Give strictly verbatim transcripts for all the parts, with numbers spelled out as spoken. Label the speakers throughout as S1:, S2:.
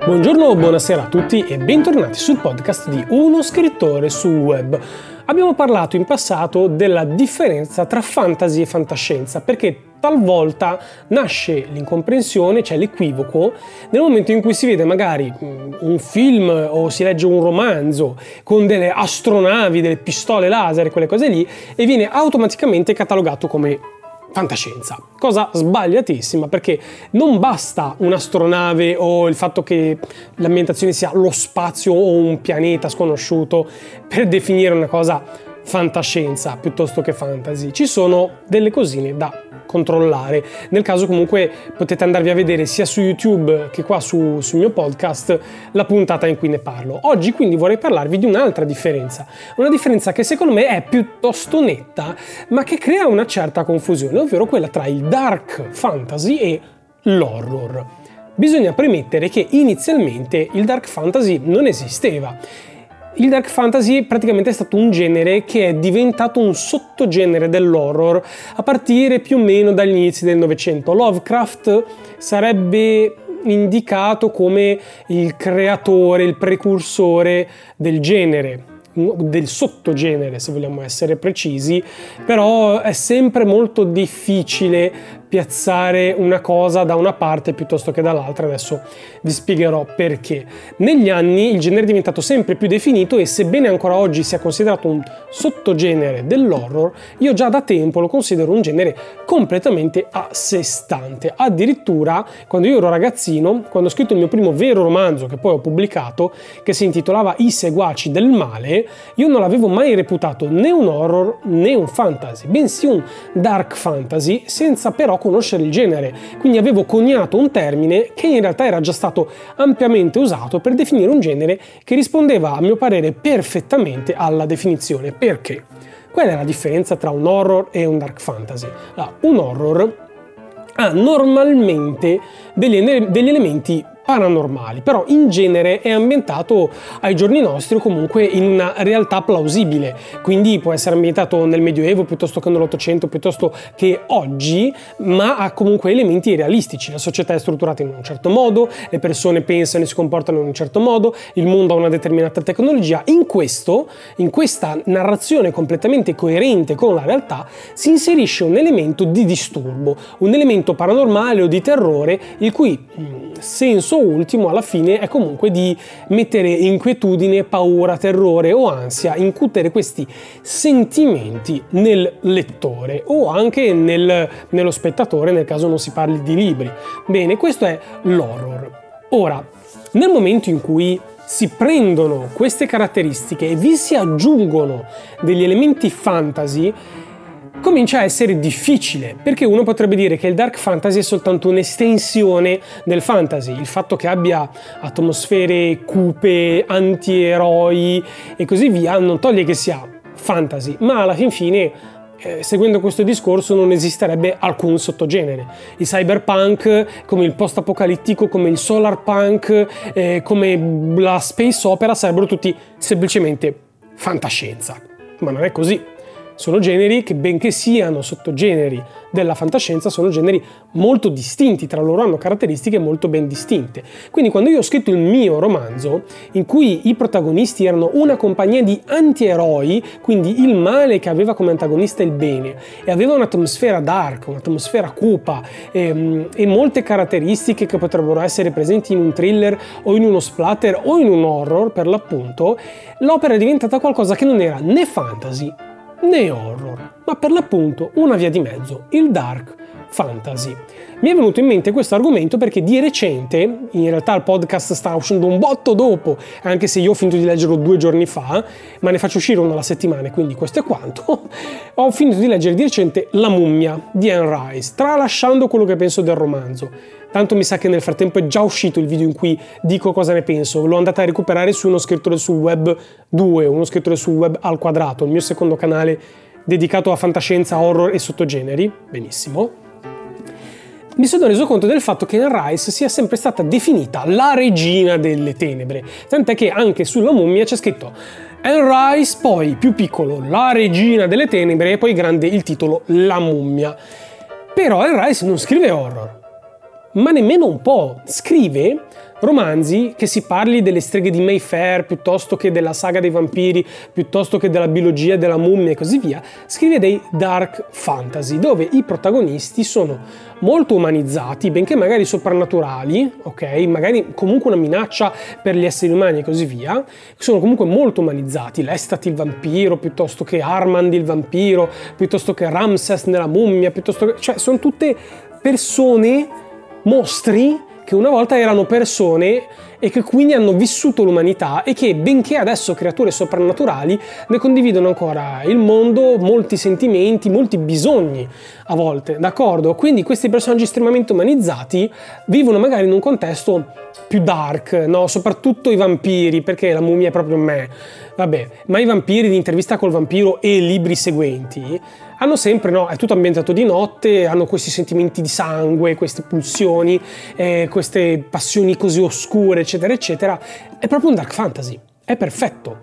S1: Buongiorno o buonasera a tutti e bentornati sul podcast di Uno Scrittore sul Web. Abbiamo parlato in passato della differenza tra fantasy e fantascienza, perché talvolta nasce l'incomprensione, cioè l'equivoco, nel momento in cui si vede magari un film o si legge un romanzo con delle astronavi, delle pistole laser, quelle cose lì, e viene automaticamente catalogato come fantascienza, cosa sbagliatissima, perché non basta un'astronave o il fatto che l'ambientazione sia lo spazio o un pianeta sconosciuto per definire una cosa fantascienza piuttosto che fantasy. Ci sono delle cosine da controllare. Nel caso comunque potete andarvi a vedere sia su YouTube che qua su, sul mio podcast la puntata in cui ne parlo. Oggi quindi vorrei parlarvi di un'altra differenza, una differenza che secondo me è piuttosto netta ma che crea una certa confusione, ovvero quella tra il dark fantasy e l'horror. Bisogna premettere che inizialmente il dark fantasy non esisteva. Il dark fantasy praticamente è stato un genere che è diventato un sottogenere dell'horror a partire più o meno dagli inizi del Novecento. Lovecraft sarebbe indicato come il creatore, il precursore del genere, del sottogenere se vogliamo essere precisi, però è sempre molto difficile piazzare una cosa da una parte piuttosto che dall'altra. Adesso vi spiegherò perché. Negli anni il genere è diventato sempre più definito e sebbene ancora oggi sia considerato un sottogenere dell'horror, io già da tempo lo considero un genere completamente a sé stante. Addirittura quando io ero ragazzino, quando ho scritto il mio primo vero romanzo che poi ho pubblicato, che si intitolava I seguaci del male, io non l'avevo mai reputato né un horror né un fantasy, bensì un dark fantasy, senza però conoscere il genere. Quindi avevo coniato un termine che in realtà era già stato ampiamente usato per definire un genere che rispondeva a mio parere perfettamente alla definizione. Perché? Qual è la differenza tra un horror e un dark fantasy? Allora, un horror ha normalmente degli, degli elementi paranormali, però in genere è ambientato ai giorni nostri o comunque in una realtà plausibile, quindi può essere ambientato nel Medioevo piuttosto che nell'Ottocento piuttosto che oggi, ma ha comunque elementi realistici. La società è strutturata in un certo modo, le persone pensano e si comportano in un certo modo, il mondo ha una determinata tecnologia. In questo, in questa narrazione completamente coerente con la realtà si inserisce un elemento di disturbo, un elemento paranormale o di terrore, il cui senso ultimo alla fine è comunque di mettere inquietudine, paura, terrore o ansia, incutere questi sentimenti nel lettore o anche nel, nello spettatore nel caso non si parli di libri. Bene, questo è l'horror. Ora, nel momento in cui si prendono queste caratteristiche e vi si aggiungono degli elementi fantasy, comincia a essere difficile, perché uno potrebbe dire che il dark fantasy è soltanto un'estensione del fantasy. Il fatto che abbia atmosfere cupe, antieroi e così via non toglie che sia fantasy, ma alla fin fine eh, seguendo questo discorso non esisterebbe alcun sottogenere. Il cyberpunk, come il post-apocalittico, come il solar punk, eh, come la space opera sarebbero tutti semplicemente fantascienza, ma non è così. Sono generi che, benché siano sottogeneri della fantascienza, sono generi molto distinti tra loro, hanno caratteristiche molto ben distinte. Quindi quando io ho scritto il mio romanzo, in cui i protagonisti erano una compagnia di antieroi, quindi il male che aveva come antagonista il bene, e aveva un'atmosfera dark, un'atmosfera cupa e, e molte caratteristiche che potrebbero essere presenti in un thriller o in uno splatter o in un horror per l'appunto, l'opera è diventata qualcosa che non era né fantasy né horror, ma per l'appunto una via di mezzo, il dark fantasy. Mi è venuto in mente questo argomento perché di recente, in realtà il podcast sta uscendo un botto dopo, anche se io ho finito di leggerlo due giorni fa, ma ne faccio uscire uno alla settimana, quindi questo è quanto, ho finito di leggere di recente La mummia di Anne Rice, tralasciando quello che penso del romanzo. Tanto mi sa che nel frattempo è già uscito il video in cui dico cosa ne penso, l'ho andata a recuperare su Uno Scrittore sul Web due, Uno Scrittore sul Web al quadrato, il mio secondo canale dedicato a fantascienza, horror e sottogeneri. Benissimo. Mi sono reso conto del fatto che Anne Rice sia sempre stata definita la regina delle tenebre, tant'è che anche sulla mummia c'è scritto Anne Rice, poi più piccolo la regina delle tenebre e poi grande il titolo La mummia. Però Anne Rice non scrive horror, ma nemmeno un po'. Scrive romanzi che si parli delle streghe di Mayfair, piuttosto che della saga dei vampiri, piuttosto che della biologia della mummia e così via. Scrive dei dark fantasy, dove i protagonisti sono molto umanizzati, benché magari soprannaturali, ok? Magari comunque una minaccia per gli esseri umani e così via. Sono comunque molto umanizzati. Lestat il vampiro, piuttosto che Armand il vampiro, piuttosto che Ramses nella mummia, piuttosto che... Cioè, sono tutte persone, mostri, che una volta erano persone e che quindi hanno vissuto l'umanità e che, benché adesso creature soprannaturali, ne condividono ancora il mondo, molti sentimenti, molti bisogni a volte, d'accordo? Quindi questi personaggi estremamente umanizzati vivono magari in un contesto più dark, no? Soprattutto i vampiri, perché la mummia è proprio me. Vabbè, ma i vampiri di Intervista col vampiro e libri seguenti hanno sempre, no, è tutto ambientato di notte, hanno questi sentimenti di sangue, queste pulsioni, eh, queste passioni così oscure, eccetera, eccetera. È proprio un dark fantasy, è perfetto.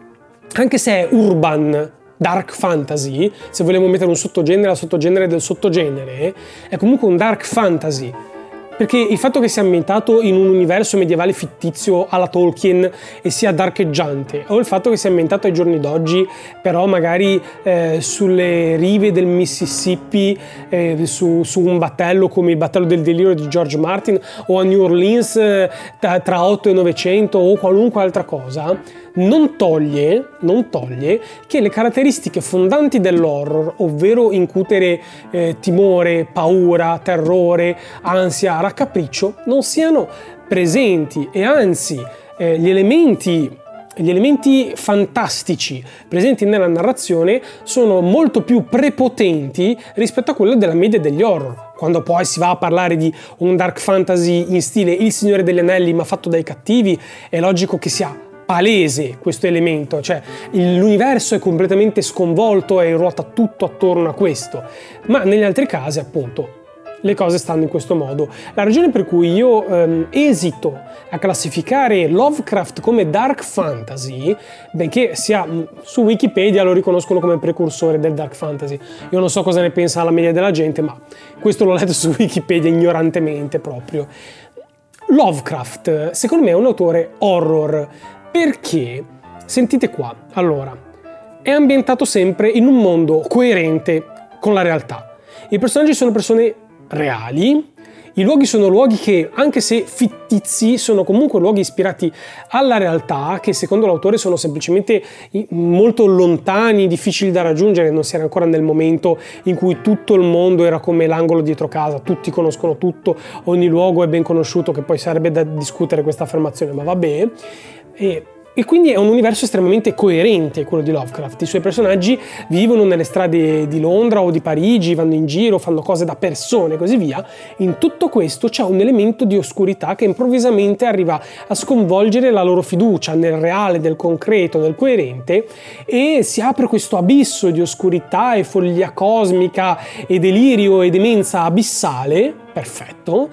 S1: Anche se è urban dark fantasy, se vogliamo mettere un sottogenere al sottogenere del sottogenere, è comunque un dark fantasy. Perché il fatto che sia ambientato in un universo medievale fittizio alla Tolkien e sia darcheggiante, o il fatto che sia ambientato ai giorni d'oggi, però magari eh, sulle rive del Mississippi, eh, su, su un battello come il battello del delirio di George Martin, o a New Orleans eh, tra otto e novecento o qualunque altra cosa, non toglie, non toglie che le caratteristiche fondanti dell'horror, ovvero incutere eh, timore, paura, terrore, ansia, raccapriccio, non siano presenti, e anzi eh, gli elementi gli elementi fantastici presenti nella narrazione sono molto più prepotenti rispetto a quello della media degli horror. Quando poi si va a parlare di un dark fantasy in stile Il Signore degli Anelli ma fatto dai cattivi, è logico che sia palese questo elemento, cioè l'universo è completamente sconvolto e ruota tutto attorno a questo. Ma negli altri casi, appunto, le cose stanno in questo modo. La ragione per cui io ehm, esito a classificare Lovecraft come dark fantasy, benché sia su Wikipedia lo riconoscono come precursore del dark fantasy, io non so cosa ne pensa la media della gente, ma questo l'ho letto su Wikipedia ignorantemente proprio. Lovecraft, secondo me, è un autore horror, perché, sentite qua, allora, è ambientato sempre in un mondo coerente con la realtà. I personaggi sono persone reali, i luoghi sono luoghi che, anche se fittizi, sono comunque luoghi ispirati alla realtà, che secondo l'autore sono semplicemente molto lontani, difficili da raggiungere. Non si era ancora nel momento in cui tutto il mondo era come l'angolo dietro casa, tutti conoscono tutto, ogni luogo è ben conosciuto, che poi sarebbe da discutere questa affermazione, ma vabbè. E E quindi è un universo estremamente coerente quello di Lovecraft. I suoi personaggi vivono nelle strade di Londra o di Parigi, vanno in giro, fanno cose da persone e così via. In tutto questo c'è un elemento di oscurità che improvvisamente arriva a sconvolgere la loro fiducia nel reale, del concreto, del coerente, e si apre questo abisso di oscurità e follia cosmica e delirio e demenza abissale, perfetto,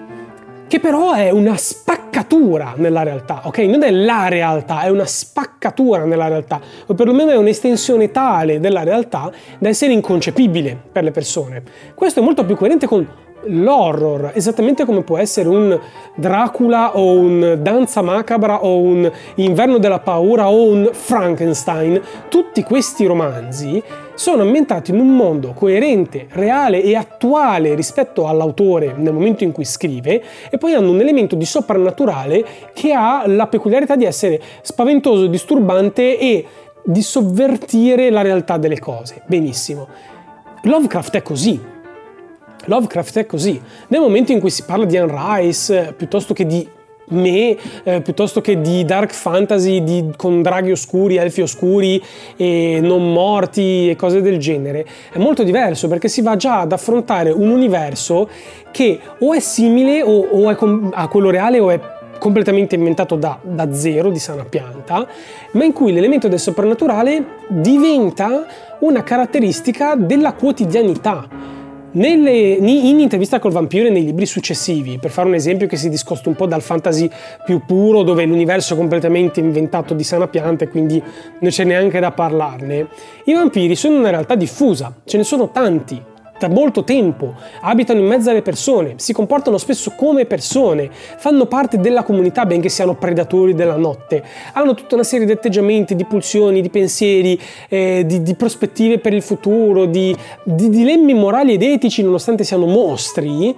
S1: che però è una spaccatura nella realtà, ok? Non è la realtà, è una spaccatura nella realtà, o perlomeno è un'estensione tale della realtà da essere inconcepibile per le persone. Questo è molto più coerente con l'horror, esattamente come può essere un Dracula o un Danza Macabra o un Inverno della Paura o un Frankenstein. Tutti questi romanzi sono ambientati in un mondo coerente, reale e attuale rispetto all'autore nel momento in cui scrive, e poi hanno un elemento di soprannaturale che ha la peculiarità di essere spaventoso, disturbante e di sovvertire la realtà delle cose. Benissimo. Lovecraft è così. Lovecraft è così. Nel momento in cui si parla di Anne Rice, piuttosto che di me, eh, piuttosto che di dark fantasy di, con draghi oscuri, elfi oscuri e non morti e cose del genere, è molto diverso, perché si va già ad affrontare un universo che o è simile o, o è com- a quello reale o è completamente inventato da, da zero, di sana pianta, ma in cui l'elemento del soprannaturale diventa una caratteristica della quotidianità. Nelle, in Intervista col vampiro e nei libri successivi, per fare un esempio che si discosta un po' dal fantasy più puro, dove l'universo è completamente inventato di sana pianta e quindi non c'è neanche da parlarne, i vampiri sono una realtà diffusa, ce ne sono tanti, da molto tempo, abitano in mezzo alle persone, si comportano spesso come persone, fanno parte della comunità benché siano predatori della notte, hanno tutta una serie di atteggiamenti, di pulsioni, di pensieri, eh, di, di prospettive per il futuro, di, di dilemmi morali ed etici nonostante siano mostri,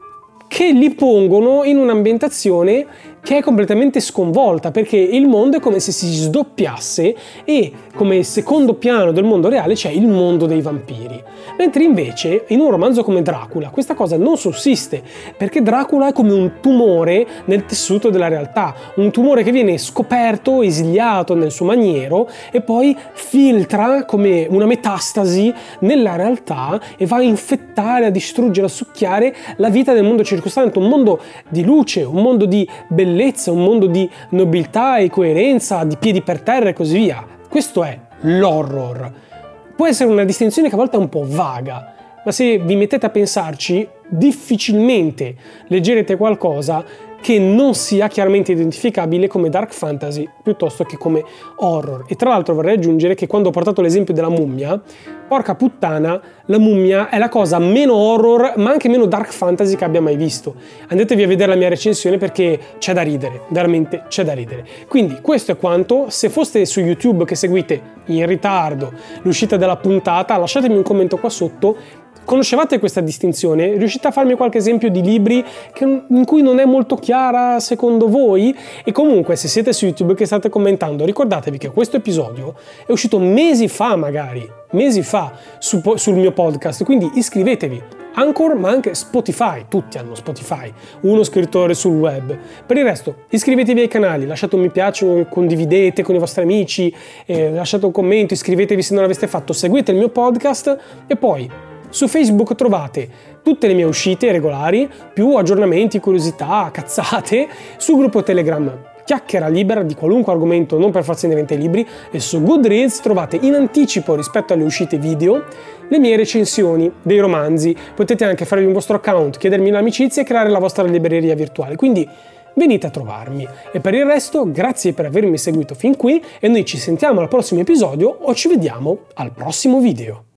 S1: che li pongono in un'ambientazione che è completamente sconvolta, perché il mondo è come se si sdoppiasse e come secondo piano del mondo reale c'è il mondo dei vampiri. Mentre invece in un romanzo come Dracula questa cosa non sussiste, perché Dracula è come un tumore nel tessuto della realtà, un tumore che viene scoperto, esiliato nel suo maniero e poi filtra come una metastasi nella realtà e va a infettare, a distruggere, a succhiare la vita del mondo circostante, un mondo di luce, un mondo di bellezza, un mondo di nobiltà e coerenza, di piedi per terra e così via. Questo è l'horror. Può essere una distinzione che a volte è un po' vaga, ma se vi mettete a pensarci, difficilmente leggerete qualcosa che non sia chiaramente identificabile come dark fantasy piuttosto che come horror. E tra l'altro vorrei aggiungere che quando ho portato l'esempio della mummia, porca puttana, la mummia è la cosa meno horror ma anche meno dark fantasy che abbia mai visto. Andatevi a vedere la mia recensione perché c'è da ridere, veramente c'è da ridere. Quindi questo è quanto. Se foste su YouTube che seguite in ritardo l'uscita della puntata, lasciatemi un commento qua sotto. Conoscevate questa distinzione? Riuscite a farmi qualche esempio di libri che, in cui non è molto chiara secondo voi? E comunque, se siete su YouTube che state commentando, ricordatevi che questo episodio è uscito mesi fa magari, mesi fa, su, sul mio podcast, quindi iscrivetevi. Anchor, ma anche Spotify, tutti hanno Spotify, uno scrittore sul web. Per il resto, iscrivetevi ai canali, lasciate un mi piace, condividete con i vostri amici, eh, lasciate un commento, iscrivetevi se non l'aveste fatto, seguite il mio podcast e poi su Facebook trovate tutte le mie uscite regolari, più aggiornamenti, curiosità, cazzate, sul gruppo Telegram Chiacchiera Libera di qualunque argomento, non per forza inerente ai libri, e su Goodreads trovate in anticipo rispetto alle uscite video le mie recensioni dei romanzi. Potete anche farvi un vostro account, chiedermi l'amicizia e creare la vostra libreria virtuale, quindi venite a trovarmi. E per il resto, grazie per avermi seguito fin qui e noi ci sentiamo al prossimo episodio o ci vediamo al prossimo video.